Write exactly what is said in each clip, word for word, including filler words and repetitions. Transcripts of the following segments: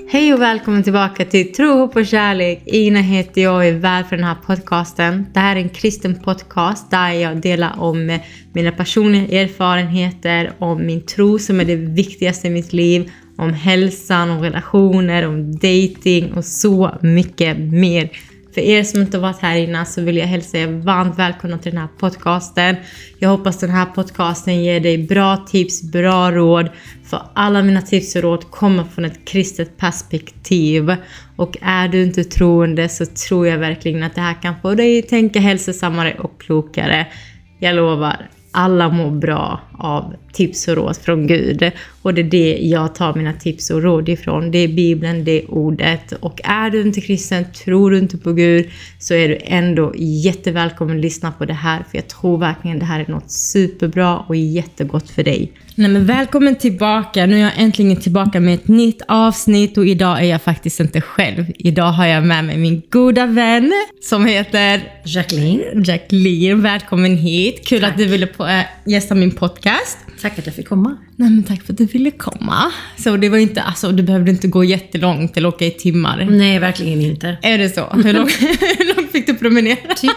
Hej och välkommen tillbaka till Tro, hopp och kärlek. Ina heter jag och är värd för den här podcasten. Det här är en kristen podcast där jag delar om mina personliga erfarenheter, om min tro som är det viktigaste i mitt liv, om hälsan, om relationer, om dating och så mycket mer. För er som inte varit här innan så vill jag hälsa er varmt välkomna till den här podcasten. Jag hoppas den här podcasten ger dig bra tips, bra råd. För alla mina tips och råd kommer från ett kristet perspektiv. Och är du inte troende så tror jag verkligen att det här kan få dig att tänka hälsosammare och klokare. Jag lovar. Alla mår bra av tips och råd från Gud. Och det är det jag tar mina tips och råd ifrån. Det är Bibeln, det är ordet. Och är du inte kristen, tror du inte på Gud, så är du ändå jättevälkommen att lyssna på det här. För jag tror verkligen det här är något superbra och jättegott för dig. Nej, men välkommen tillbaka. Nu är jag äntligen tillbaka med ett nytt avsnitt. Och idag är jag faktiskt inte själv. Idag har jag med mig min goda vän som heter Jacqueline. Jacqueline, välkommen hit. Kul tack. Att du ville på, äh, gästa min podcast. Tack att jag fick komma. Nej, men tack för att du ville komma. Så det var inte, alltså, du behövde inte gå jättelångt eller åka i timmar. Nej, verkligen inte. Är det så? Hur långt, hur långt fick du promenera? Typ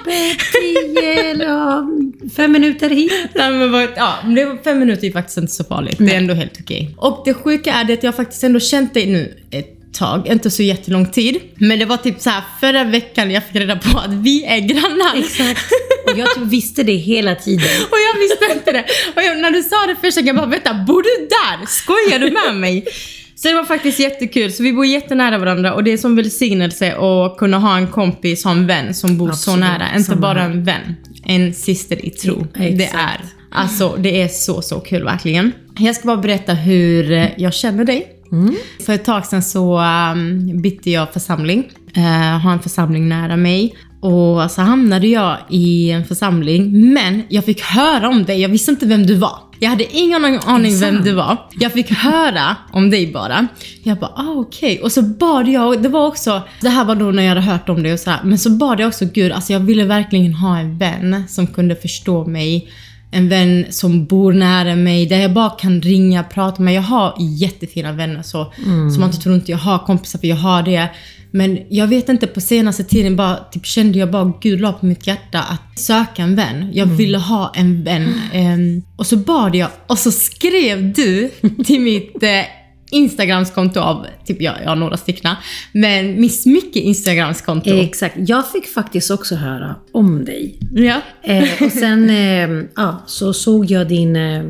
tio eller fem minuter hit. Nej, men vad, ja, det var fem minuter är faktiskt inte så farligt. Nej. Det är ändå helt okej. Och det sjuka är det att jag faktiskt ändå känt dig nu ett tag, inte så jättelång tid. Men det var typ så här förra veckan jag fick reda på att vi är grannar. Exakt. Och jag typ visste det hela tiden. Och jag visste inte det. Och jag, när du sa det första gången, jag bara, vänta, bor du där? Skojar du med mig? Så det var faktiskt jättekul. Så vi bor jättenära varandra. Och det är som välsignelse att kunna ha en kompis, ha en vän som bor Absolut. Så nära. Inte Samma bara en vän. En syster i tro. Ja, det är. Alltså det är så, så kul verkligen. Jag ska bara berätta hur jag känner dig. Mm. För ett tag sedan så um, bytte jag församling. Uh, har en församling nära mig. Och så hamnade jag i en församling. Men jag fick höra om dig. Jag visste inte vem du var. Jag hade ingen aning vem du var. Jag fick höra om dig bara. Jag bara, ah okej. Okay. Och så bad jag, det var också, det här var då när jag hade hört om det och så här. Men så bad jag också, Gud, alltså jag ville verkligen ha en vän som kunde förstå mig. En vän som bor nära mig, där jag bara kan ringa, prata med. Jag har jättefina vänner så, mm. så man inte tror inte jag har kompisar, för jag har det. Men jag vet inte, på senaste tiden bara, typ, kände jag bara Gud la på mitt hjärta att söka en vän. Jag mm. ville ha en vän. Um, och så bad jag, och så skrev du till mitt... Uh, Instagramskonto av, typ jag, jag har några styckna, men miss mycket Instagramskonto. Exakt, jag fick faktiskt också höra om dig. Ja. Eh, och sen eh, ja, så såg jag din, eh,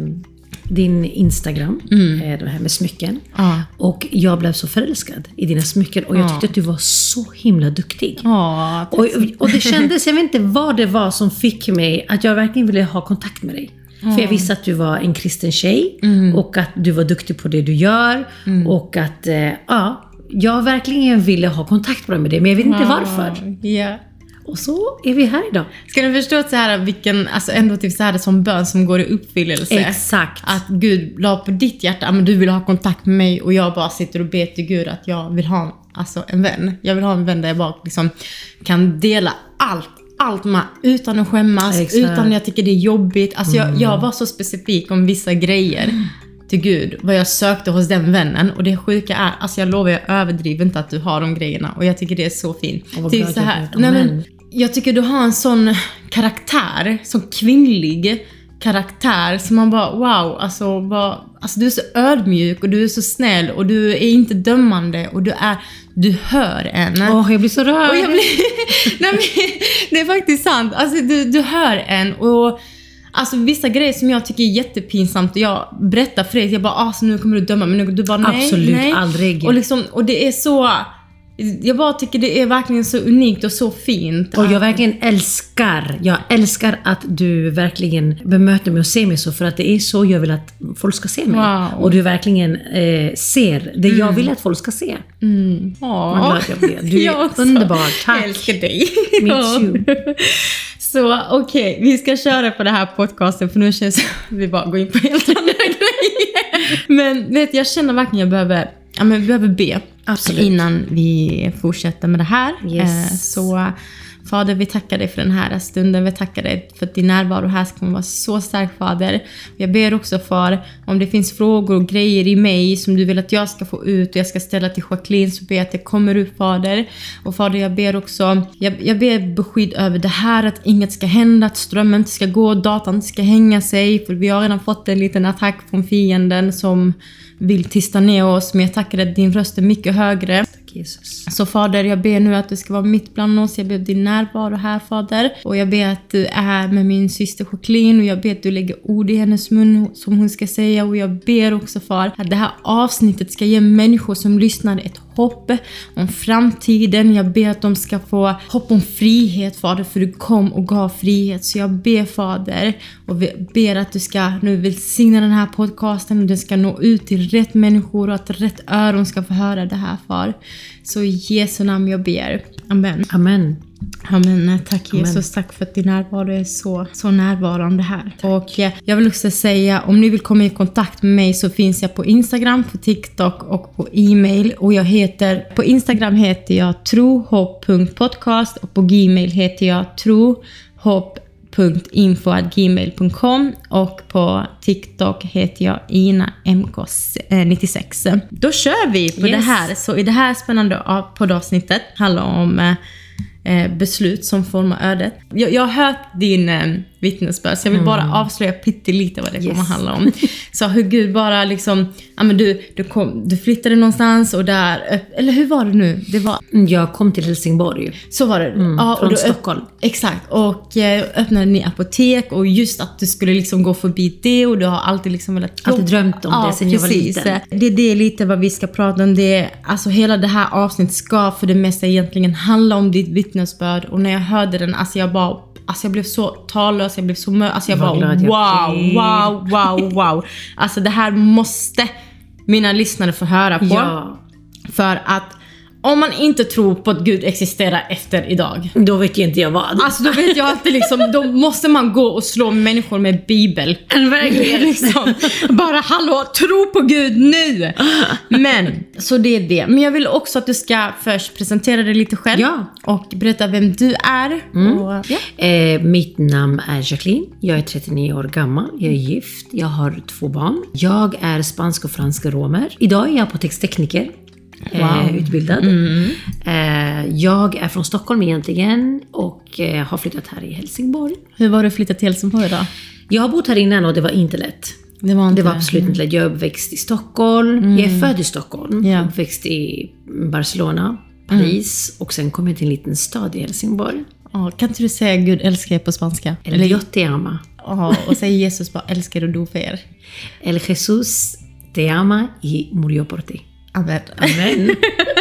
din Instagram, mm. eh, det här med smycken. Ah. Och jag blev så förälskad i dina smycken. Och jag tyckte ah. att du var så himla duktig. Ah, och, och det kändes, jag vet inte vad det var som fick mig att jag verkligen ville ha kontakt med dig. Mm. För jag visste att du var en kristen tjej. Mm. Och att du var duktig på det du gör. Mm. Och att eh, ja, jag verkligen ville ha kontakt med dig. Men jag vet inte varför. Yeah. Och så är vi här idag. Ska du förstå så här, vilken, alltså ändå typ så här som bön som går i uppfyllelse. Exakt. Att Gud la på ditt hjärta, men du vill ha kontakt med mig. Och jag bara sitter och ber till Gud att jag vill ha alltså, en vän. Jag vill ha en vän där jag bara liksom kan dela allt. Allt med, utan att skämmas, Exakt. Utan att jag tycker det är jobbigt. Alltså jag, mm. jag var så specifik om vissa grejer mm. till Gud, vad jag sökte hos den vännen. Och det sjuka är, alltså jag lovar, jag överdriver inte att du har de grejerna. Och jag tycker det är så fint. Oh, till så här, nej, men, jag tycker du har en sån karaktär, sån kvinnlig karaktär, som man bara, wow, alltså, bara, alltså du är så ödmjuk och du är så snäll och du är inte dömande och du är, du hör en. Åh, oh, jag blir så rörd. Och jag blir, nej, men, det är faktiskt sant, alltså du, du hör en och alltså vissa grejer som jag tycker är jättepinsamt och jag berättar för dig, jag bara, alltså nu kommer du döma, men du bara, nej, absolut, nej. aldrig. Och liksom, och det är så... Jag bara tycker det är verkligen så unikt och så fint. Och jag verkligen älskar, jag älskar att du verkligen bemöter mig och ser mig så. För att det är så jag vill att folk ska se mig. Wow. Och du verkligen eh, ser det mm. jag vill att folk ska se. Mm. Vad glad jag blir. Du är underbar, tack. Jag älskar dig. Me too. Så okej, okay, vi ska köra på det här podcasten. För nu känns det som vi bara går in på helt andra grejer. Men vet, jag känner verkligen att jag behöver, ja, men vi behöver be. Absolut. Innan vi fortsätter med det här. Yes. Så Fader, vi tackar dig för den här stunden. Vi tackar dig för att din närvaro här ska vara så stark, Fader. Jag ber också för om det finns frågor och grejer i mig som du vill att jag ska få ut och jag ska ställa till Jacqueline, så ber jag att det kommer upp, Fader. Och Fader, jag ber också, jag, jag ber beskydd över det här, att inget ska hända, att strömmen inte ska gå, datan inte ska hänga sig, för vi har redan fått en liten attack från fienden som vill tysta ner oss, men jag tackar att din röst är mycket högre. Jesus. Så Fader, jag ber nu att du ska vara mitt bland oss. Jag ber din närvaro här, Fader. Och jag ber att du är med min syster Jacqueline. Och jag ber att du lägger ord i hennes mun som hon ska säga. Och jag ber också, Far, att det här avsnittet ska ge människor som lyssnar ett hopp om framtiden. Jag ber att de ska få hopp om frihet, Fader, för du kom och gav frihet. Så jag ber, Fader, och ber att du ska nu välsigna den här podcasten och den ska nå ut till rätt människor och att rätt öron ska få höra det här, Far. Så i Jesu namn jag ber. Amen. Amen. Amen. Tack Jesus, Amen. tack för att din närvaro är så, så närvarande här. Tack. Och eh, jag vill också säga, om ni vill komma i kontakt med mig så finns jag på Instagram, på TikTok och på e-mail. Och jag heter, på Instagram heter jag trohopp punkt podcast och på Gmail heter jag trohopp punkt info at gmail punkt com och på TikTok heter jag Ina M K nittiosex. Då kör vi på Yes. det här. Så i det här spännande poddavsnittet handlar om eh, beslut som formar ödet. Jag, jag har hört din eh, vittnesbörd, så jag vill mm. bara avslöja pyttelite vad det Yes. kommer handla om. Så hur Gud bara liksom, ja men du, du, kom, du flyttade någonstans och där, eller hur var det nu? Det var... Jag kom till Helsingborg. Så var det. Mm, ja, från och då, Stockholm. Exakt. Och eh, öppnade ni apotek och just att du skulle liksom gå förbi det och du har alltid liksom velat jobba. Alltid drömt om ja, det sen jag var liten. Det, det är lite vad vi ska prata om. Det, alltså hela det här avsnittet ska för det mesta egentligen handla om ditt vittnesbörd. Och när jag hörde den, alltså jag bara, alltså jag blev så talös, jag blev så mö- alltså jag Var bara glad jag wow, blev. wow, wow, wow. Alltså det här måste mina lyssnare få höra på. Ja. För att om man inte tror på att Gud existerar efter idag, Då vet jag inte jag vad. alltså då vet jag att det liksom, då måste man gå och slå människor med Bibel. Verkligen. Liksom, bara hallå, tro på Gud nu. Men, så det är det. Men jag vill också att du ska först presentera dig lite själv. Ja. Och berätta vem du är. Mm. Och, ja. eh, mitt namn är Jacqueline. Jag är trettionio år gammal. Jag är gift. Jag har två barn. Jag är spansk och fransk romer. Idag är jag apotekstekniker. Wow. Eh, utbildad. Mm. Eh, jag är från Stockholm egentligen och eh, har flyttat här i Helsingborg. Hur var det att flytta till Helsingborg då? Jag har bott här innan och det var inte lätt. Det var, inte Det var absolut inte lätt. Jag är uppväxt i Stockholm. Mm. Jag är född i Stockholm. Ja. Uppväxt i Barcelona, Paris mm. och sen kom jag till en liten stad i Helsingborg. Ja, kan inte du säga Gud älskar er på spanska? Eller jag te ama. Ja, och säg Jesus bara älskar och dog för er. El Jesus te ama y murió por ti. Amen. Amen.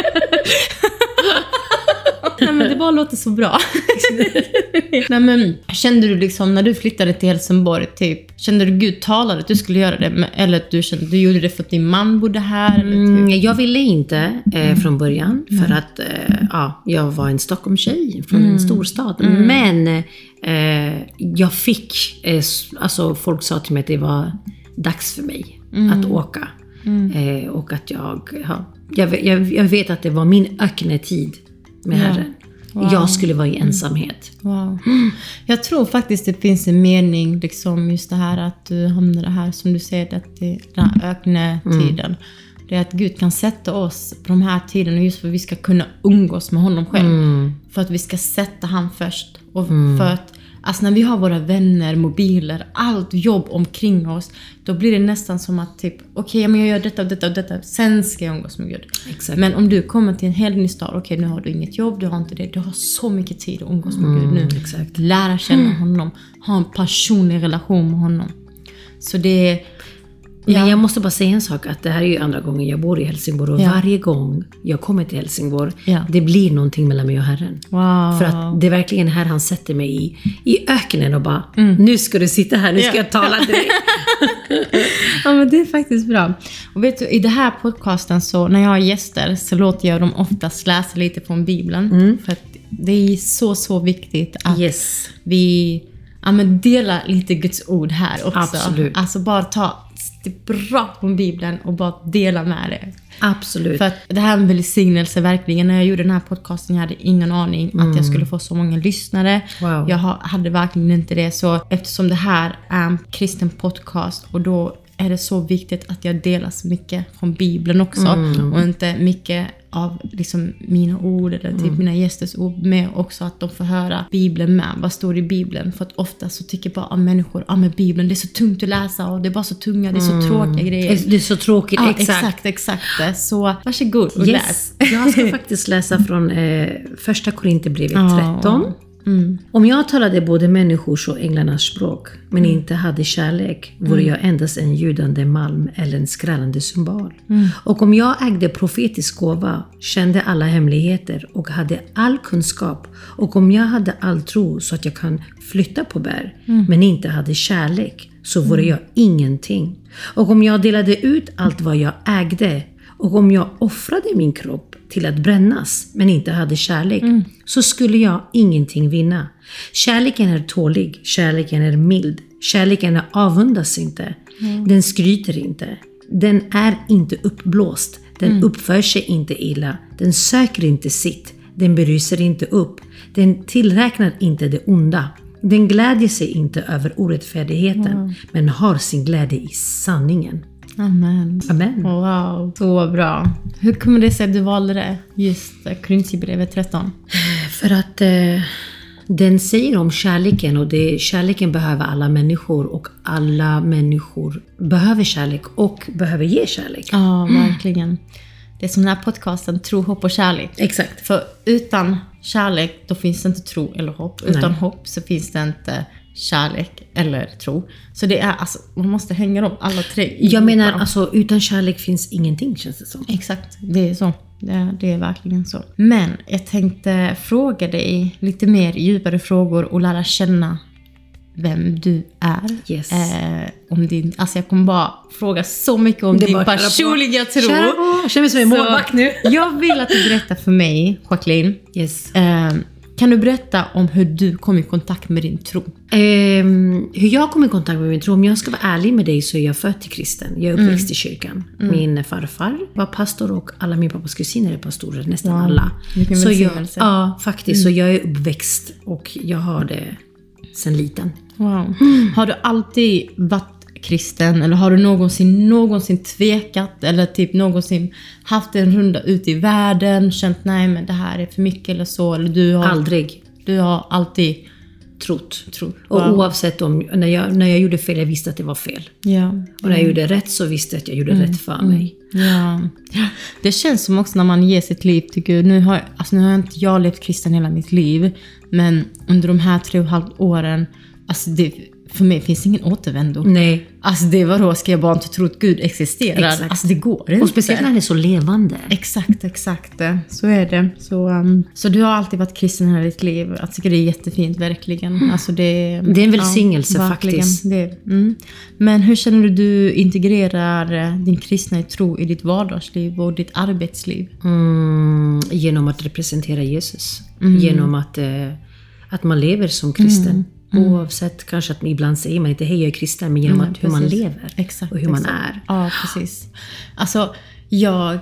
Nej, men det bara låter så bra. Nej, men kände du liksom när du flyttade till Helsingborg typ, kände du Gud talade att du skulle göra det, eller att du kände du gjorde det för att din man bodde här eller typ? Mm, jag ville inte eh, från början för mm. att eh, ja, jag var en Stockholmstjej från mm. en storstad. Mm. Men eh, jag fick eh, alltså folk sa till mig att det var dags för mig mm. att åka. Mm. Eh, och att jag, ja, jag, jag, jag vet att det var min öknetid med ja. Herren. Wow. Jag skulle vara i ensamhet. Wow. Jag tror faktiskt det finns en mening liksom just det här att du hamnade här som du säger att det, den här öknetiden. Mm. Det är att Gud kan sätta oss på de här tiderna just för att vi ska kunna umgås med honom själv. Mm. För att vi ska sätta han först. Och mm. för att alltså när vi har våra vänner, mobiler, allt jobb omkring oss, då blir det nästan som att typ, okej, okay, men jag gör detta och detta och detta, sen ska jag umgås med Gud. Exakt. Men om du kommer till en helt ny stad, okej, okay, nu har du inget jobb, du har inte det, du har så mycket tid att umgås med mm, Gud nu. Exakt. Lära känna mm. honom, ha en personlig relation med honom. Så det är... Men ja. Jag måste bara säga en sak, att det här är ju andra gången jag bor i Helsingborg och ja. Varje gång jag kommer till Helsingborg ja. Det blir någonting mellan mig och Herren. Wow. För att det är verkligen här han sätter mig i, i öknen och bara, mm. nu ska du sitta här, nu ska ja. Jag tala till dig. Ja, men det är faktiskt bra. Och vet du, i det här podcasten så när jag har gäster så låter jag dem oftast läsa lite från Bibeln. Mm. För att det är så, så viktigt att yes. vi ja, men delar lite Guds ord här också. Absolut. Alltså bara ta jättebra om Bibeln och bara dela med det. Absolut. För att det här är en välsignelse verkligen. När jag gjorde den här podcasten, jag hade ingen aning mm. att jag skulle få så många lyssnare. Wow. Jag hade verkligen inte det. Så eftersom det här är en kristen podcast och då är det så viktigt att jag delar så mycket från Bibeln också. Mm. Och inte mycket av liksom mina ord eller typ mm. mina gästers ord, med också att de får höra Bibeln med. Vad står i Bibeln? För att ofta så tycker bara av människor, ja ah, men Bibeln det är så tungt att läsa och det är bara så tunga, det är så mm. tråkiga grejer. Det är så tråkigt, ja, exakt. exakt. Exakt, så varsågod och yes. läs. Jag ska faktiskt läsa från eh, första Korinthierbrevet tretton. Oh. Mm. Om jag talade både människors och änglarnas språk men mm. inte hade kärlek vore mm. jag endast en ljudande malm eller en skrällande symbol. Mm. Och om jag ägde profetisk gåva, kände alla hemligheter och hade all kunskap, och om jag hade all tro så att jag kan flytta på bär mm. men inte hade kärlek, så vore mm. jag ingenting. Och om jag delade ut allt vad jag ägde, och om jag offrade min kropp till att brännas men inte hade kärlek, mm. så skulle jag ingenting vinna. Kärleken är tålig, kärleken är mild, kärleken är avundas inte, mm. den skryter inte, den är inte uppblåst, den mm. uppför sig inte illa, den söker inte sitt, den bryr sig inte upp, den tillräknar inte det onda, den glädjer sig inte över orättfärdigheten mm. men har sin glädje i sanningen. Amen. Amen. Wow, så bra. Hur kommer det sig att du valde det? Just Korinthierbrevet tretton. För att eh, den säger om kärleken, och det, kärleken behöver alla människor, och alla människor behöver kärlek och behöver ge kärlek. Ja, verkligen. Det är som den här podcasten, tro, hopp och kärlek. Exakt. För utan kärlek då finns det inte tro eller hopp. Utan Nej. hopp så finns det inte kärlek eller tro. Så det är alltså, man måste hänga dem alla tre. Jag menar alltså, utan kärlek finns ingenting, känns det som. Exakt, det är så. Det, det är verkligen så. Men jag tänkte fråga dig lite mer djupare frågor och lära känna vem du är. Yes. Eh, om din, alltså jag kommer bara fråga så mycket om det din personliga tro. Jag känner mig som en målvakt nu. Jag vill att du berättar för mig, Jacqueline. Yes. Eh, kan du berätta om hur du kom i kontakt med din tro? Eh, hur jag kom i kontakt med min tro? Om jag ska vara ärlig med dig så är jag född till kristen. Jag är uppväxt mm. i kyrkan. Mm. Min farfar var pastor och alla min pappas kusiner är pastorer. Nästan wow. alla. Vilken så jag, ja, faktiskt. Mm. Så jag är uppväxt och jag har det sedan liten. Wow. Mm. Har du alltid varit kristen, eller har du någonsin, någonsin tvekat eller typ någonsin haft en runda ut i världen, känt nej men det här är för mycket eller så, eller du har aldrig du har alltid trott, trott. Wow. Och oavsett om när jag, när jag gjorde fel, jag visste att det var fel. Ja. Och när jag gjorde rätt så visste jag att jag gjorde mm. rätt för mig. Ja. Det känns som också när man ger sitt liv till Gud. Nu har, alltså nu har inte jag levt kristen hela mitt liv, men under de här tre och ett halvt åren, alltså det, för mig finns ingen återvändo. Nej. Alltså det var då ska jag bara inte tro att Gud existerar. Exakt. Alltså det går inte. Och speciellt när det är så levande. Exakt, exakt. Så är det. Så, um, så du har alltid varit kristen hela ditt liv. Jag tycker det är jättefint, verkligen. Alltså det, det är en välsignelse ja, faktiskt. Det, mm. Men hur känner du du integrerar din kristna tro i ditt vardagsliv och ditt arbetsliv? Mm, genom att representera Jesus. Mm. Genom att, eh, att man lever som kristen. Mm. Mm. Oavsett kanske att man ibland säger man inte hej jag är kristen, men genom mm, att hur man lever exakt, och hur exakt. man är. Ja, precis. Alltså, jag...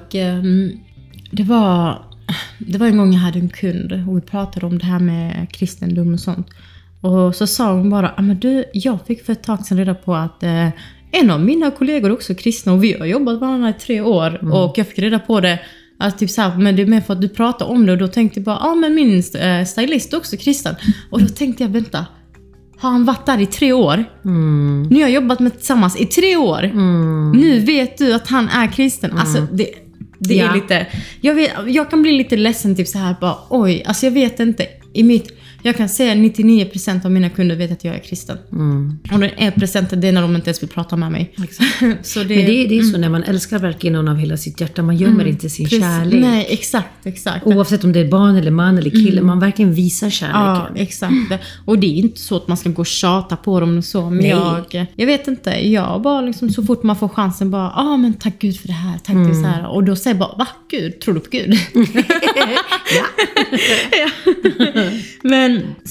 Det var, det var en gång jag hade en kund och vi pratade om det här med kristendom och sånt. Och så sa hon bara, men du, jag fick för ett tag sedan reda på att eh, en av mina kollegor också är kristna och vi har jobbat varandra i tre år. Mm. Och jag fick reda på det. Alltså typ så här, men det är mer för att du pratar om det och då tänkte jag bara, ja ah, men min eh, stylist är också kristen. Och då tänkte jag, vänta. Har han varit där i tre år? Mm. Nu har jag jobbat med tillsammans i tre år. Mm. Nu vet du att han är kristen. Mm. Alltså det, det ja. är lite... Jag, vet, jag kan bli lite ledsen typ så här bara, oj, alltså jag vet inte. I mitt... Jag kan säga nintionio procent av mina kunder vet att jag är kristen. Mm. Och den en procent det är när de inte ens vill prata med mig. Så det, Men det, det är så mm. när man älskar verkligen någon av hela sitt hjärta. Man gömmer mm. inte sin Precis. kärlek. Nej, exakt, exakt. Oavsett om det är barn eller man eller kille. Mm. Man verkligen visar kärleken. Ja, exakt. Och det är inte så att man ska gå och tjata på dem och så. Men jag, jag vet inte. Jag bara liksom så fort man får chansen bara, ja ah, men tack Gud för det här. Tack mm. Gud så här. Och då säger jag bara, va Gud? Tror du på Gud? ja. ja. Men sen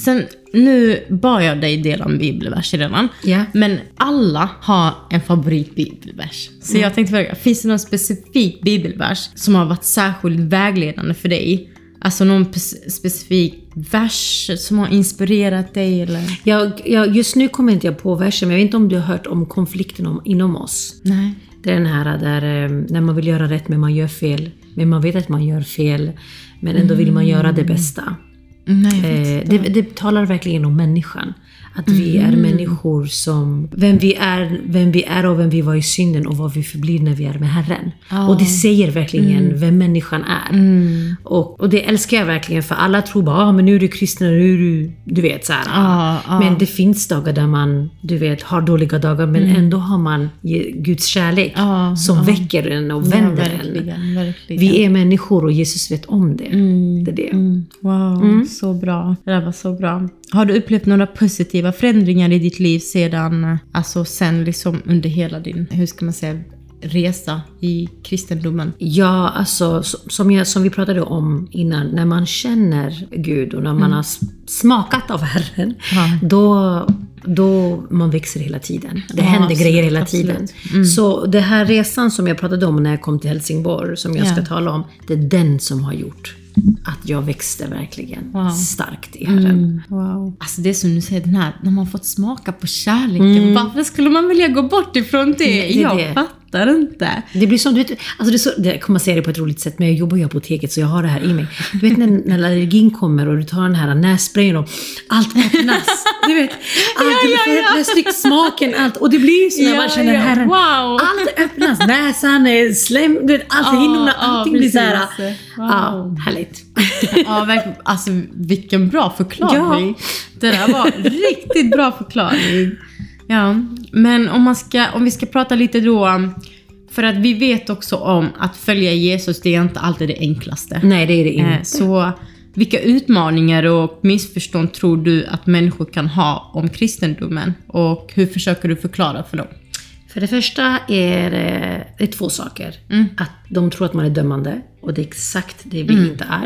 nu bad jag dig dela en bibelvers redan. Ja. Men alla har en favoritbibelvers. Så Mm. jag tänkte fråga, finns det någon specifik bibelvers som har varit särskilt vägledande för dig? Alltså någon pe- specifik vers som har inspirerat dig? Eller? Jag, jag, just nu kommer inte jag på versen, men jag vet inte om du har hört om konflikten om, inom oss. Nej. Det är den här där eh, när man vill göra rätt men man gör fel. Men man vet att man gör fel, men ändå vill man göra det bästa. Nej, jag vet Eh, det, det talar verkligen om människan. Att vi är människor som, vem vi är, vem vi är och vem vi var i synden och vad vi förblir när vi är med Herren. Ah. Och det säger verkligen vem människan är. Mm. Och, och det älskar jag verkligen, för alla tror bara, ah, men nu är du kristen, nu är du, du vet så här. Ah, ah. Men det finns dagar där man, du vet, har dåliga dagar, men ändå har man ge- Guds kärlek Ah, som ah. väcker en och Ja, vänder en. verkligen, verkligen. Vi är människor och Jesus vet om det. Det är det. Mm. Wow, så bra. Det där var så bra. Har du upplevt några positiva förändringar i ditt liv sedan, alltså sen liksom under hela din, hur ska man säga, resa i kristendomen? Ja, alltså som, jag, som vi pratade om innan, när man känner Gud och när man har smakat av Herren, Ja. då, då man växer hela tiden. Det Ja, händer absolut, grejer hela absolut. tiden. Så det här resan som jag pratade om när jag kom till Helsingborg, som jag Ja. ska tala om, det är den som har gjort att jag växte verkligen Wow. starkt i Herren. Mm, wow. Alltså det är som du säger, den här, när man fått smaka på kärleken, varför skulle man vilja gå bort ifrån det? Det är jag det. fattar inte. Det blir som, du vet, alltså det, är så, det kommer man säga det på ett roligt sätt, men jag jobbar ju i apoteket så jag har det här i mig. Du vet när, när allergin kommer och du tar den här nässprayen och allt öppnas. Du vet, allt, Ja, du ja, får ja. plötsligt smaken, allt. Och det blir ju så när Ja, man känner ja. Herren. Wow. Allt öppnas, näsan, är slem, du vet, allt, Ja, hinnorna, ja, allting blir så här. precis. Wow. Ja, härligt. Ja, verkligen. Alltså vilken bra förklaring. Det där var riktigt bra förklaring. Ja, men om, man ska, om vi ska prata lite då, för att vi vet också om att följa Jesus, det är inte alltid det enklaste. Nej, det är det inte. Eh, Så vilka utmaningar och missförstånd tror du att människor kan ha om kristendomen? Och hur försöker du förklara för dem? För det första är det, det är två saker. Att de tror att man är dömande. Och det är exakt det vi inte är.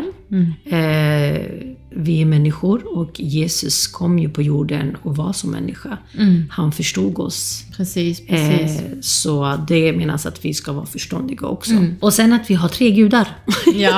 Eh, vi är människor och Jesus kom ju på jorden och var som människa. Han förstod oss. Precis, precis. Eh, så det menas att vi ska vara förståndiga också. Och sen att vi har tre gudar. Ja,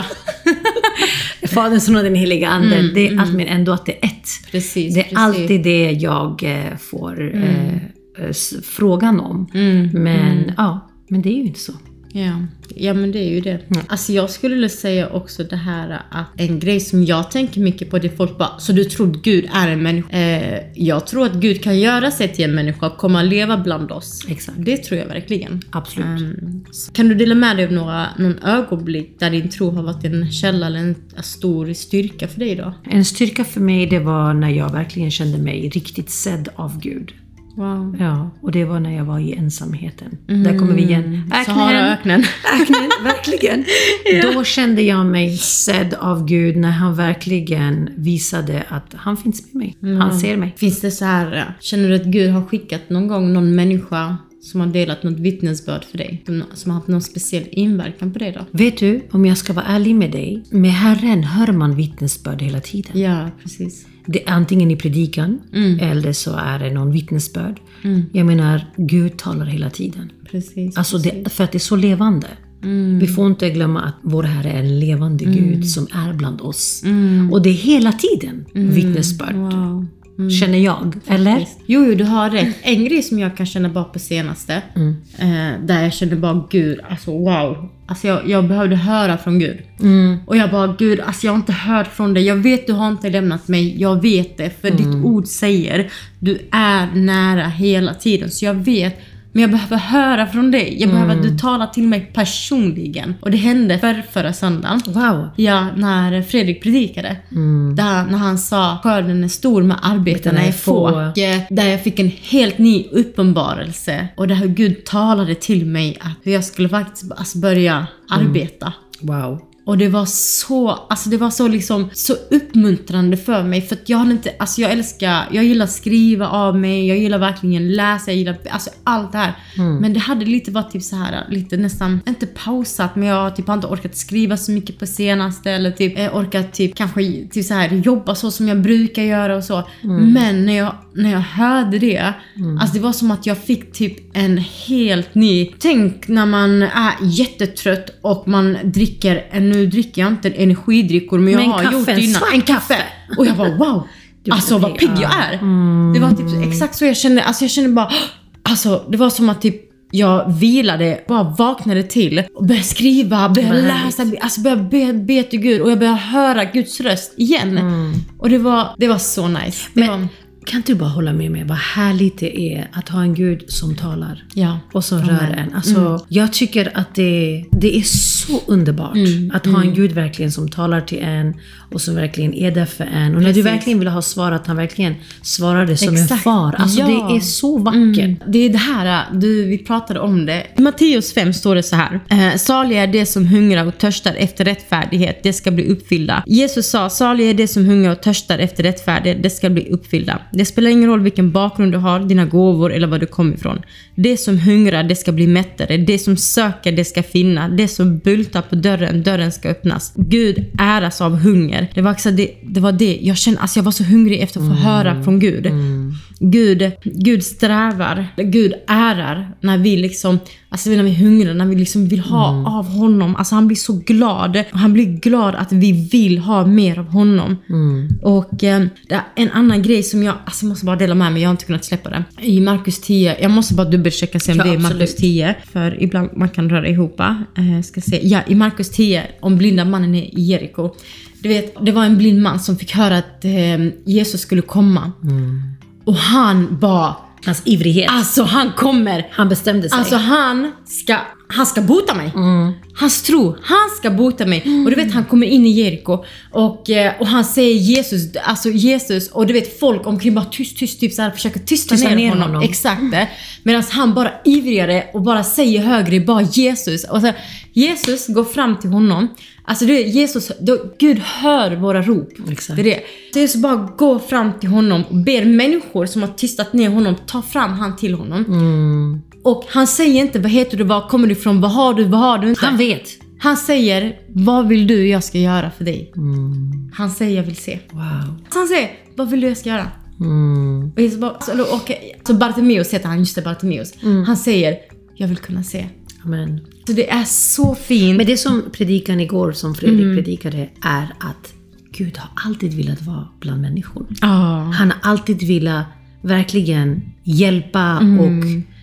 Fadern, Sonen och den heliga anden. Det är allt, men ändå att det är ett. precis. Det är precis. alltid det jag eh, får eh, s- frågan om. Men ja, men det är ju inte så. Ja. ja, men det är ju det. Alltså jag skulle säga också det här att en grej som jag tänker mycket på, det är folk bara, så du tror att Gud är en människa? Eh, jag tror att Gud kan göra sig till en människa och komma och leva bland oss. Exakt. Det tror jag verkligen. Absolut. Um, så kan du dela med dig av några, någon ögonblick där din tro har varit en källa eller en, en stor styrka för dig då? En styrka för mig, det var när jag verkligen kände mig riktigt sedd av Gud. Wow. Ja, och det var när jag var i ensamheten. Där kommer vi igen. Sahara-öknen. Öknen, verkligen. Då kände jag mig sedd av Gud när han verkligen visade att han finns med mig. Han ser mig. Finns det så här, känner du att Gud har skickat någon gång någon människa som har delat något vittnesbörd för dig? Som har haft någon speciell inverkan på dig då? Vet du, om jag ska vara ärlig med dig, med Herren hör man vittnesbörd hela tiden. Ja, precis. Det är antingen i predikan eller så är det någon vittnesbörd. Jag menar, Gud talar hela tiden. Precis. Alltså det, för att det är så levande. Vi får inte glömma att vår Herre är en levande Gud som är bland oss. Och det är hela tiden vittnesbörd. Wow. Känner jag, eller? Jo, jo, du har rätt. En grej som jag kan känna bara på senaste, Mm. eh, där jag känner bara Gud, alltså wow. Alltså jag, jag behövde höra från Gud. Mm. Och jag bara, Gud, alltså jag har inte hört från dig. Jag vet du har inte lämnat mig. Jag vet det, för Mm. ditt ord säger, du är nära hela tiden. Så jag vet, men jag behöver höra från dig. Jag behöver att du talar till mig personligen. Och det hände för förra söndagen. Wow. Ja, när Fredrik predikade. Mm. Där, när han sa, skörden är stor men arbetarna är få. Och, eh, där jag fick en helt ny uppenbarelse. Och där Gud talade till mig att jag skulle faktiskt alltså börja arbeta. Wow. Och det var så, alltså det var så liksom, så uppmuntrande för mig. För att jag hade inte, alltså jag älskar, jag gillar att skriva av mig, jag gillar verkligen läsa, jag gillar, alltså allt det här. Mm. Men det hade lite varit typ så här, lite nästan, inte pausat, men jag typ har inte orkat skriva så mycket på senaste. Eller typ, jag orkat typ kanske typ så här, jobba så som jag brukar göra och så. Mm. Men när jag, när jag hörde det, mm. alltså det var som att jag fick typ en helt ny, tänk när man är jättetrött och man dricker, nu dricker jag inte energidryckor, men jag men har kaffe, gjort det innan, en kaffe. Och jag bara wow, alltså vad pigg jag är. Mm. Det var typ exakt så jag kände, alltså jag kände bara, alltså det var som att typ jag vilade, bara vaknade till och började skriva, började läsa, alltså började be, be till Gud och jag började höra Guds röst igen. Mm. Och det var, det var så nice. Det men, var, kan du bara hålla med mig vad härligt det är att ha en Gud som talar ja. och som Amen. Rör en. Alltså, mm. Jag tycker att det, det är så underbart mm. att ha en Gud verkligen som talar till en och som verkligen är där för en. Och när Precis. Du verkligen vill ha svar, att han verkligen svarade som Exakt. En far. Alltså ja. Det är så vackert. Mm. Det är det här, du, vi pratade om det. I Matteus fem står det så här. Eh, saliga är det som hungrar och törstar efter rättfärdighet, det ska bli uppfyllda. Jesus sa, saliga är det som hungrar och törstar efter rättfärdighet, det ska bli uppfyllda. Det spelar ingen roll vilken bakgrund du har, dina gåvor eller var du kommer ifrån. Det som hungrar, det ska bli mättare. Det som söker, det ska finna. Det som bultar på dörren, dörren ska öppnas. Gud äras av hunger. Det var också det, det var det. Jag kände, alltså jag var så hungrig efter att få mm. höra från Gud. Mm. Gud. Gud strävar. Gud ärar när vi liksom, alltså när vi hungrar, när vi liksom vill ha mm. av honom. Alltså han blir så glad. Han blir glad att vi vill ha mer av honom. Mm. Och eh, det är en annan grej som jag, alltså jag måste bara dela med mig, jag har inte kunnat släppa det. I Markus tio, jag måste bara dubbelchecka se om ja, det är Markus tio, för ibland man kan röra ihop. Eh, ska se. Ja, i Markus tio om blinda mannen i Jeriko. Du vet, det var en blind man som fick höra att eh, Jesus skulle komma. Mm. Och han bara, hans ivrighet. Alltså han kommer. Han bestämde sig. Alltså han ska, han ska bota mig. Mm. Hans tro, han ska bota mig. Mm. Och du vet, han kommer in i Jeriko. Och, och han säger Jesus, alltså Jesus. Och du vet, folk omkring bara tyst, tyst, typ så här, försöker tysta, tysta ner, ner honom. honom. Exakt. Mm. Medan han bara ivrigare och bara säger högre, bara Jesus. Och så Jesus går fram till honom. Alltså det är Jesus, då, Gud hör våra rop. Exakt. Det är det. Så Jesus bara går fram till honom och ber människor som har tystat ner honom, ta fram han till honom. Mm. Och han säger inte, vad heter du, var kommer du ifrån, vad har du, vad har du inte. Han vet. Han säger, vad vill du jag ska göra för dig? Mm. Han säger, jag vill se. Wow. Så han säger, vad vill du jag ska göra? Mm. Och Jesus bara, så, okay. Så Bartimeus heter han, just det, Bartimeus. Mm. Han säger, jag vill kunna se. Amen. Så det är så fint. Men det som predikan igår, som Fredrik mm. predikade, är att Gud har alltid velat vara bland människor. Oh. Han har alltid velat verkligen hjälpa mm. och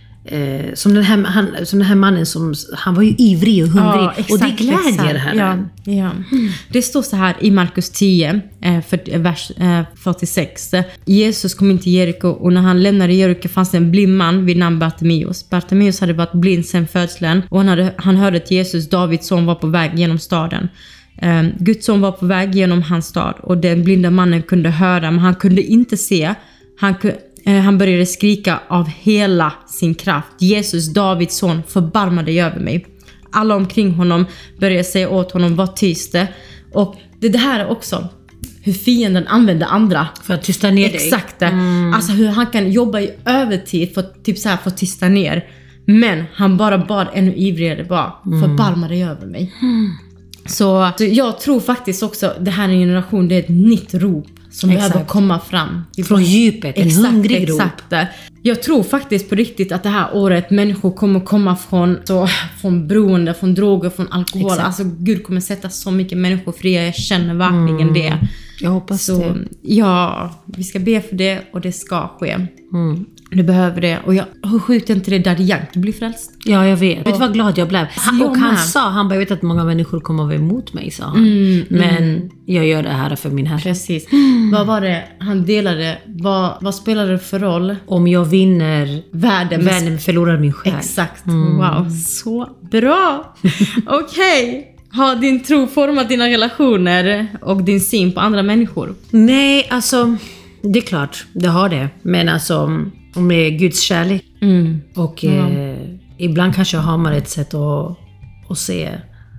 eh, som, den här, han, som den här mannen som, han var ju ivrig och hungrig. Ja, exakt, och det glädjer här. Ja, ja. Mm. Det står så här i Markus tio, eh, för, vers eh, fyrtiosex. Jesus kom in till Jeriko och när han lämnade Jeriko fanns det en blind man vid namn Bartimeus. Bartimeus hade varit blind sedan födseln och han, hade, han hörde att Jesus, Davids son, var på väg genom staden. Eh, Guds son var på väg genom hans stad och den blinda mannen kunde höra, men han kunde inte se. Han kunde Han började skrika av hela sin kraft. Jesus, Davids son, förbarma dig över mig. Alla omkring honom började säga åt honom, var tyst. Och det, det här är också hur fienden använder andra. För att tysta ner dig. Exakt. Mm. Alltså hur han kan jobba i övertid för att typ så här, för att tysta ner. Men han bara bad ännu ivrigare, bara mm. förbarma dig över mig. Mm. Så, så jag tror faktiskt också, det här är en generation, det är ett nytt rop. Som exakt. Behöver komma fram. Från djupet, en exakt, hungrig rop. Exakt. Jag tror faktiskt på riktigt att det här året människor kommer komma från, så, från beroende, från droger, från alkohol. Exakt. Alltså Gud kommer sätta så mycket människor fria. Jag känner verkligen mm. det. Jag hoppas så, det. Ja, vi ska be för det och det ska ske. Mm. Du behöver det. Och jag, hur sjukt inte det där Yankee blir frälst? Ja, jag vet. Vet du vad glad jag blev? Han, och han sa, han bara, jag vet att många människor kommer att vara emot mig, sa han. Mm, Men mm. jag gör det här för min herre. Precis. Mm. Vad var det han delade? Vad, vad spelar det för roll? Om jag vinner världen, världen förlorar min själ. Exakt. Mm. Wow, så bra. Okej. Okay. Har din tro format dina relationer och din syn på andra människor? Nej, alltså det är klart, det har det. Men alltså med Guds kärlek. Mm. Och mm. Eh, ibland kanske har man ett sätt att, att se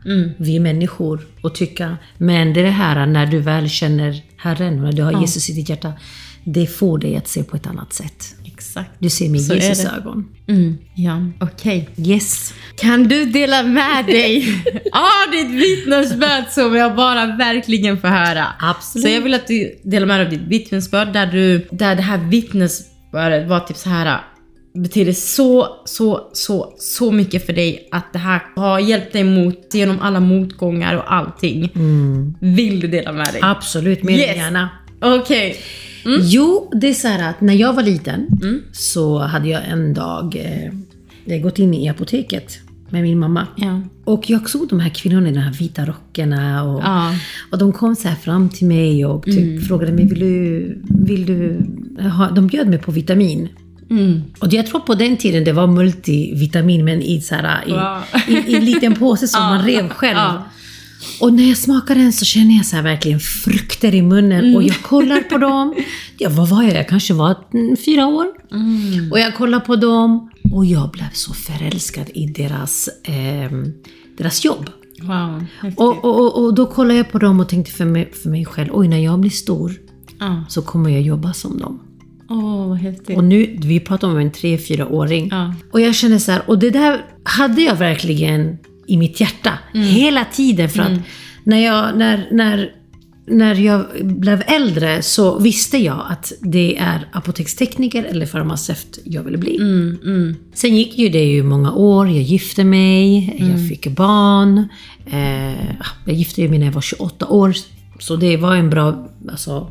Mm. Vi är människor och tycka. Men det är det här när du väl känner Herren och när du har ja. Jesus i ditt hjärta. Det får dig att se på ett annat sätt. Exakt. Du ser med Så Jesus ögon. Mm. Ja, okej. Okay. Yes. Kan du dela med dig av ditt vittnesbörd som jag bara verkligen får höra? Absolut. Så jag vill att du delar med dig av ditt vittnesbörd där, du, där det här vittnesbördet var typ så här... betyder så, så, så, så mycket för dig att det här har hjälpt dig mot genom alla motgångar och allting. Mm. Vill du dela med dig? Absolut, mer yes. gärna. Okej. Okay. Mm. Jo, det är så här att när jag var liten mm. så hade jag en dag eh, gått in i apoteket med min mamma. Ja. Och jag såg de här kvinnorna i de här vita rockarna och, ja. och de kom så här fram till mig och typ mm. frågade mig, vill du, vill du ha, de bjöd mig på vitamin. Mm. Och jag tror på den tiden det var multivitamin men i, så här, i, wow. i, i en liten påse som man rev själv. Ja. Och när jag smakar den så känner jag så här verkligen frukter i munnen. Mm. Och jag kollar på dem. Ja, vad var jag? Jag kanske var fyra år. Mm. Och jag kollar på dem. Och jag blev så förälskad i deras, eh, deras jobb. Wow, och, och, och, och då kollar jag på dem och tänkte för mig, för mig själv. Oj, när jag blir stor ah. så kommer jag jobba som dem. Åh, oh, vad häftigt. Och nu, vi pratar om en tre, fyra åring. Ah. Och jag känner så här, och det där hade jag verkligen i mitt hjärta. Mm. Hela tiden. För att mm. när, jag, när, när, när jag blev äldre så visste jag att det är apotekstekniker eller farmaceut jag ville bli. Mm, mm. Sen gick ju det ju många år. Jag gifte mig. Mm. Jag fick barn. Eh, jag gifte mig när jag var tjugoåtta år. Så det var en bra... Alltså,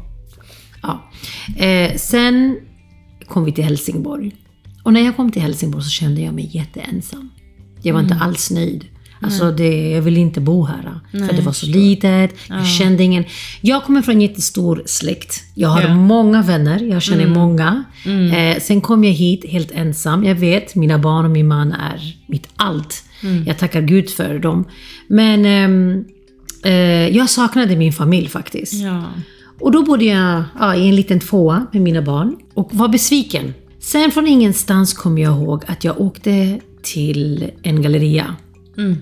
ja. Eh, sen kom vi till Helsingborg. Och när jag kom till Helsingborg så kände jag mig jätteensam. Jag var mm. inte alls nöjd. Alltså det, jag ville inte bo här. Nej, för det var så litet. Jag ja. kände ingen. Jag kommer från en jättestor släkt. Jag har ja. många vänner. Jag känner mm. många. Mm. Eh, sen kom jag hit helt ensam. Jag vet, mina barn och min man är mitt allt. Mm. Jag tackar Gud för dem. Men eh, eh, jag saknade min familj faktiskt. Ja. Och då bodde jag ja, i en liten tvåa med mina barn. Och var besviken. Sen från ingenstans kom jag ihåg att jag åkte till en galleria. Mm.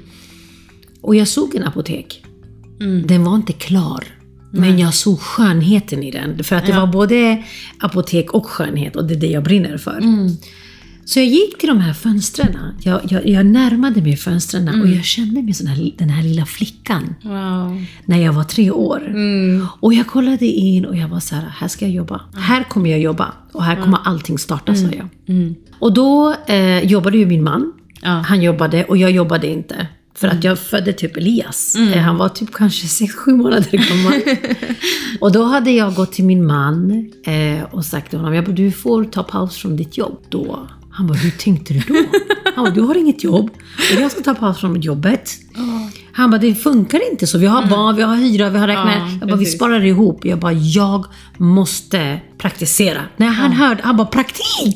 Och jag såg en apotek. Mm. Den var inte klar. Nej. Men jag såg skönheten i den. För att det ja. var både apotek och skönhet. Och det är det jag brinner för. Mm. Så jag gick till de här fönstren. Jag, jag, jag närmade mig fönstren. Mm. Och jag kände mig som här, den här lilla flickan. Wow. När jag var tre år. Mm. Och jag kollade in och jag var så här, här ska jag jobba. Mm. Här kommer jag jobba. Och här kommer allting starta, mm. sa jag. Mm. Och då eh, jobbade ju min man. Ja. Han jobbade och jag jobbade inte. För mm. att jag födde typ Elias. Mm. Han var typ kanske sex sju månader gammal. Och då hade jag gått till min man eh, och sagt till honom, jag bara, du får ta paus från ditt jobb då. Han bara, hur tänkte du då? Han bara, du har inget jobb och jag ska ta paus från jobbet. Oh. Han bara, det funkar inte så. Vi har barn, mm. vi har hyra, vi har räknat. Oh, jag bara, vi sparar ihop. Jag bara, jag måste praktisera. När han oh. hörde, han bara, praktik!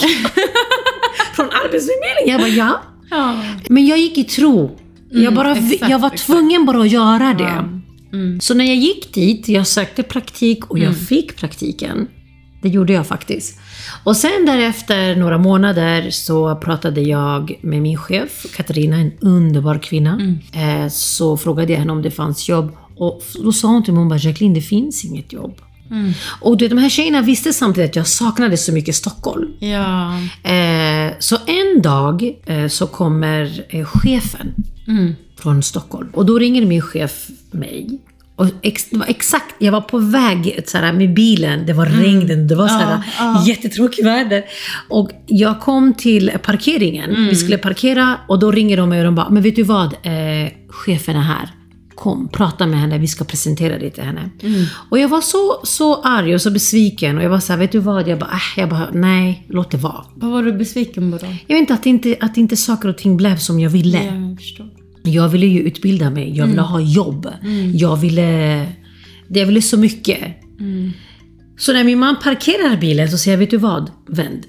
Från arbetsförmedlingen. Jag bara, ja. Ja. Men jag gick i tro. Mm, jag, bara, exakt, jag var tvungen exakt. bara att göra det. Ja. Mm. Så när jag gick dit, jag sökte praktik och jag mm. fick praktiken. Det gjorde jag faktiskt. Och sen därefter några månader så pratade jag med min chef, Katarina, en underbar kvinna. Mm. Eh, så frågade jag henne om det fanns jobb. Och då sa hon till mig, hon bara, Jacqueline, det finns inget jobb. Mm. Och de här tjejerna visste samtidigt att jag saknade så mycket Stockholm. Ja. Eh, så en dag eh, så kommer eh, chefen mm. från Stockholm. Och då ringer min chef mig. Och ex, det var exakt, jag var på väg så här, med bilen, det var mm. regn, det var så här, ja, ja. jättetråkigt väder. Och jag kom till parkeringen, mm. vi skulle parkera och då ringer de mig och de bara, men vet du vad, eh, chefen är här. Kom, prata med henne, vi ska presentera det till henne. Mm. Och jag var så, så arg och så besviken. Och jag var så här, vet du vad? Jag bara, äh, jag bara nej, låt det vara. Vad var du besviken på då? Jag vet inte, att inte, att inte saker och ting blev som jag ville. Ja, jag förstår. Jag ville ju utbilda mig, jag ville mm. ha jobb. Mm. Jag ville, det ville så mycket. Mm. Så när min man parkerar bilen så säger jag, vet du vad? Vänd.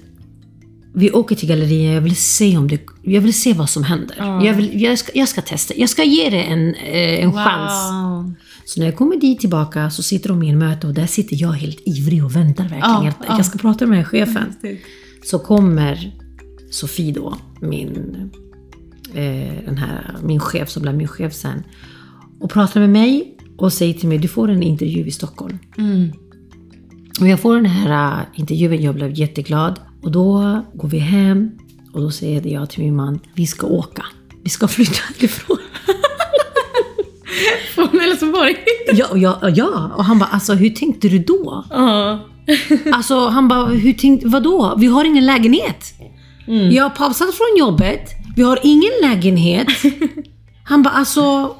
Vi åker till gallerian, jag vill se om det, jag vill se vad som händer. Oh. Jag, vill, jag, ska, jag ska testa, jag ska ge det en, eh, en wow. chans. Så när jag kommer dit tillbaka så sitter de i en möte och där sitter jag helt ivrig och väntar verkligen oh. att oh. jag ska prata med chefen. Mm. Så kommer Sofie då, min, eh, den här, min chef som blev min chef sen. och pratar med mig och säger till mig, du får en intervju i Stockholm. Mm. Och jag får den här uh, intervjun, jag blev jätteglad. Och då går vi hem och då säger jag till min man, vi ska åka. Vi ska flytta härifrån. Från Helsingborg? ja, ja, ja, och han bara, alltså hur tänkte du då? Ja. Alltså han bara, hur tänkte, vadå? Vi har ingen lägenhet. Mm. Jag har pausat från jobbet. Vi har ingen lägenhet. Han bara, alltså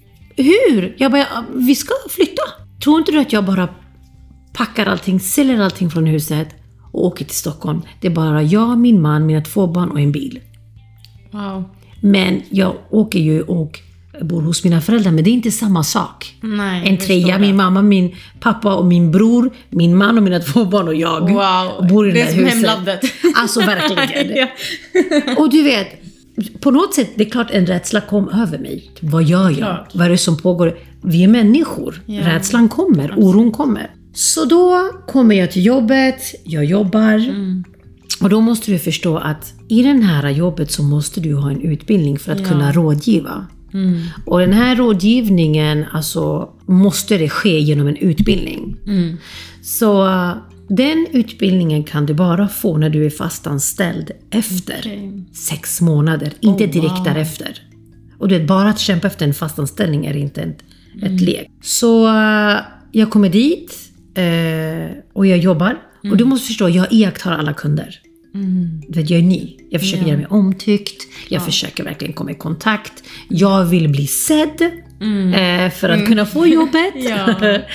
hur? Jag bara, vi ska flytta. Tror inte du att jag bara packar allting, säljer allting från huset och åker till Stockholm? Det är bara jag, min man, mina två barn och en bil. Wow. Men jag åker ju och bor hos mina föräldrar, men det är inte samma sak. Nej, en trea, min mamma, min pappa och min bror, min man och mina två barn och jag. Wow, bor i det, det är som huset. hemlandet. Alltså verkligen. Ja. Och du vet, på något sätt, det är klart en rädsla kom över mig. Vad gör jag? Klart. Vad är det som pågår? Vi är människor. Ja. Rädslan kommer, absolut. Oron kommer. Så då kommer jag till jobbet, jag jobbar. Mm. Och då måste du förstå att i den här jobbet så måste du ha en utbildning för att ja. kunna rådgiva. Mm. Och den här rådgivningen, alltså måste det ske genom en utbildning. Mm. Så uh, den utbildningen kan du bara få när du är fastanställd efter okay. sex månader, inte oh, direkt wow. därefter. Och du vet, bara att kämpa efter en fastanställning är inte ett, mm. ett lek. Så uh, jag kommer dit uh, och jag jobbar. Mm. Och du måste förstå, jag iakttar alla kunder. Mm. Jag är ny. Jag försöker ja. göra mig omtyckt. Jag ja. försöker verkligen komma i kontakt. Jag vill bli sedd mm. eh, för att mm. kunna få jobbet. ja.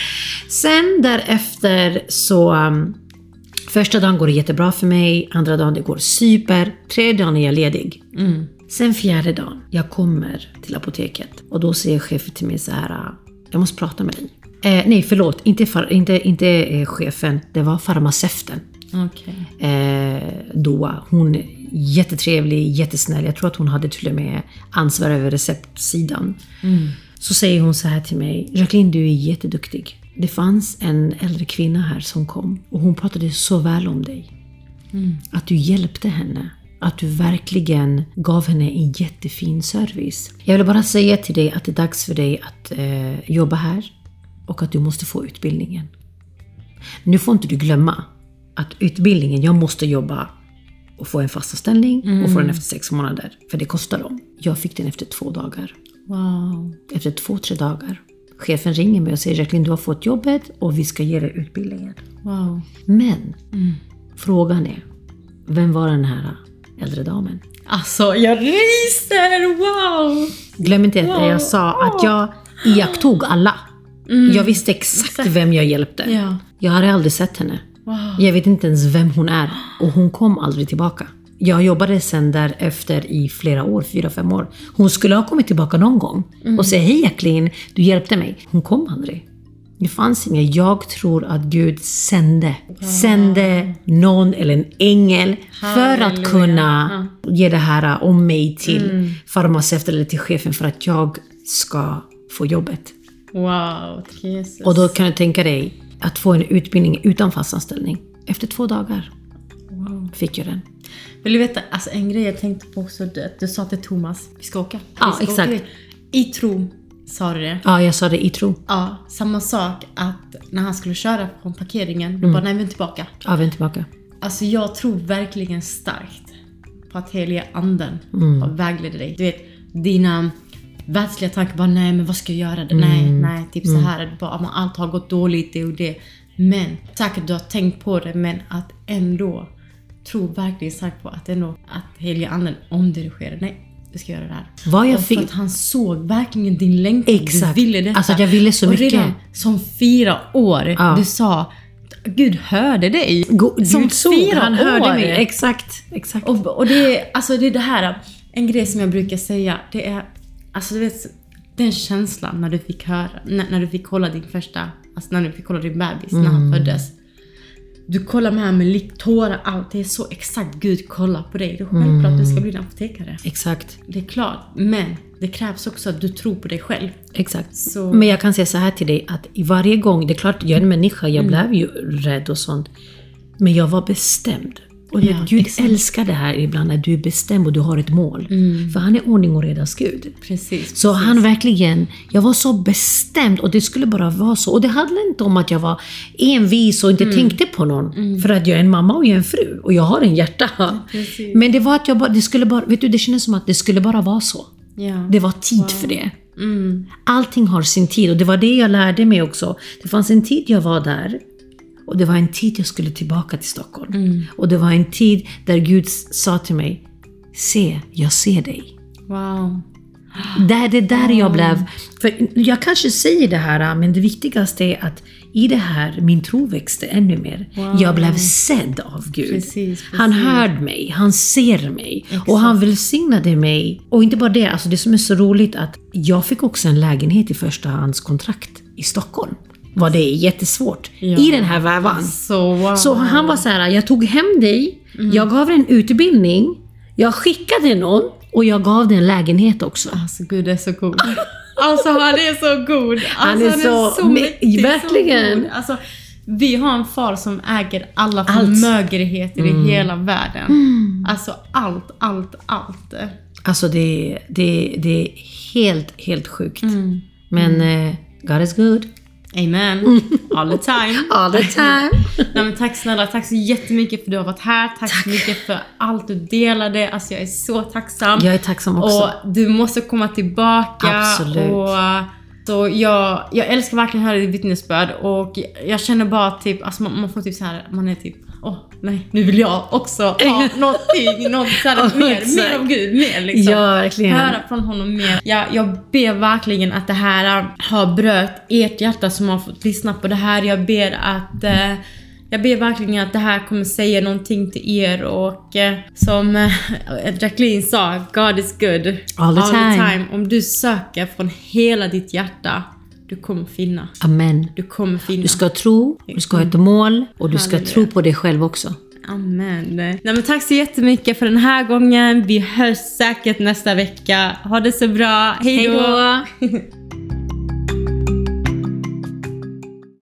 Sen därefter så um, första dagen går det jättebra för mig. Andra dagen det går super. Tredje dagen är jag ledig. Mm. Sen fjärde dagen jag kommer till apoteket. Och då säger chefen till mig så här: jag måste prata med dig. Eh, nej förlåt, inte, far, inte, inte eh, chefen. Det var farmaceuten. Okay. Eh, Doa, hon är jättetrevlig, jättesnäll. Jag tror att hon hade till och med ansvar över receptsidan. Mm. Så säger hon så här till mig: Jacqueline, du är jätteduktig. Det fanns en äldre kvinna här som kom och hon pratade så väl om dig. Mm. Att du hjälpte henne. Att du verkligen gav henne en jättefin service. Jag vill bara säga till dig att det är dags för dig att eh, jobba här och att du måste få utbildningen. Nu får inte du glömma att utbildningen, jag måste jobba och få en fast ställning mm. och få den efter sex månader. För det kostar dem. Jag fick den efter två dagar. Wow. Efter två, tre dagar. Chefen ringer mig och säger: Jacqueline, du har fått jobbet och vi ska ge dig utbildningen. Wow. Men mm. frågan är, vem var den här äldre damen? Alltså, jag ryser! Wow! Glöm inte wow. att jag sa att jag iakttog alla. Mm. Jag visste exakt vem jag hjälpte. Ja. Jag hade aldrig sett henne. Wow. Jag vet inte ens vem hon är. Och hon kom aldrig tillbaka. Jag jobbade sen därefter i flera år, fyra, fem år. Hon skulle ha kommit tillbaka någon gång. Mm. Och säga: hej Jacqueline, du hjälpte mig. Hon kom aldrig. Det fanns inget. Jag tror att Gud sände. Wow. Sände någon eller en ängel. Halleluja. För att kunna ja. ge det här om mig till mm. farmaceuten eller till chefen. För att jag ska få jobbet. Wow, Jesus. Och då kan du tänka dig att få en utbildning utan fastanställning. Efter två dagar wow. fick jag den. Vill du veta, alltså en grej jag tänkte på också, att du sa till Thomas, vi ska åka. Vi ja, ska exakt. Åka. I tro sa du det. Ja, jag sa det i tro. Ja, samma sak att när han skulle köra från parkeringen, då mm. bara, nej vi är tillbaka. Ja, vi är tillbaka. Alltså jag tror verkligen starkt på att heliga anden mm. har väglett dig. Du vet, dina världsliga tankar bara, nej men vad ska jag göra? Mm. Nej, nej, typ mm. så här. Det bara, allt har gått dåligt, det och det. Men säkert du har tänkt på det, men att ändå tro verkligen starkt på att ändå att heliga anden omdirigerar. Nej, du ska göra det här. Vad jag och fick... för att han såg verkligen din längtan. Exakt. Du ville detta. Alltså jag ville så och mycket. Redan som fyra år, ja. Du sa, Gud hörde dig. Go- som Gud såg, fyra han år. hörde mig. Exakt, exakt. Och, och det är, alltså det är det här, en grej som jag brukar säga, det är, alltså du vet, den känslan när du fick höra, när, när du fick kolla din första, alltså när du fick kolla din bebis mm. när han föddes. Du kollar med med likt tårar, allt. Det är så exakt Gud kollar på dig. Det är självklart mm. att du ska bli en apotekare. Exakt. Det är klart. Men det krävs också att du tror på dig själv. Exakt. Så... Men jag kan säga så här till dig, att i varje gång, det är klart jag är en människa, jag mm. blev ju rädd och sånt. Men jag var bestämd. Och du Ja, vet, Gud exakt. älskar det här ibland när du är bestämd och du har ett mål. Mm. För han är ordning och redas Gud. Precis. Så precis. han verkligen, jag var så bestämd och det skulle bara vara så. Och det handlar inte om att jag var envis och inte Mm. tänkte på någon. Mm. För att jag är en mamma och jag är en fru och jag har en hjärta. Precis. Men det var att jag bara, det skulle bara, vet du, det kändes som att det skulle bara vara så. Ja. Det var tid för det. Mm. Allting har sin tid och det var det jag lärde mig också. Det fanns en tid jag var där och det var en tid jag skulle tillbaka till Stockholm. Mm. Och det var en tid där Gud sa till mig, se, jag ser dig. Wow. Där, det där jag blev, för jag kanske säger det här, men det viktigaste är att i det här min tro växte ännu mer. Wow. Jag blev sedd av Gud. Precis, precis. Han hörde mig, han ser mig. Exakt. Och han välsignade mig. Och inte bara det, alltså det som är så roligt att jag fick också en lägenhet i förstahandskontrakt i Stockholm. Var det jättesvårt Ja. i den här vävan. Så, wow. Så han var så här, jag tog hem dig, jag gav dig en utbildning, jag skickade någon och jag gav dig en lägenhet också. Alltså Gud är så god. Alltså han är så god. Alltså, Han är så- så mäktig, verkligen. Så god. Alltså, vi har en far som äger alla Allt. förmögenheter i hela världen. Alltså allt, allt, allt. Alltså det, det, det är helt, helt sjukt. Men eh, God is good. Amen. All the time. All the time. Nej, men tack snälla, tack så jättemycket för att du har varit här. Tack, så mycket för allt du delade. Alltså jag är så tacksam. Jag är tacksam också. Och du måste komma tillbaka. Absolut. Och, så jag, jag älskar verkligen att höra ditt vittnesbörd. Och jag känner bara typ, alltså man, man får typ så här, man är typ, åh oh, nej, nu vill jag också ha någonting, något så här, Oh, mer, exakt. mer av Gud, mer liksom. Ja, verkligen. Höra från honom mer. Jag, jag ber verkligen att det här har bröt ert hjärta som har fått lyssna på det här. Jag ber att eh, jag ber verkligen att det här kommer säga någonting till er. Och eh, som eh, Jacqueline sa, God is good All the time. Om du söker från hela ditt hjärta, du kommer finna. Amen. Du kommer finna. Du ska tro, du ska ha ett mål och du ska Halleluja. tro på dig själv också. Amen. Nej, men tack så jättemycket för den här gången. Vi hörs säkert nästa vecka. Ha det så bra. Hej då. Hej då.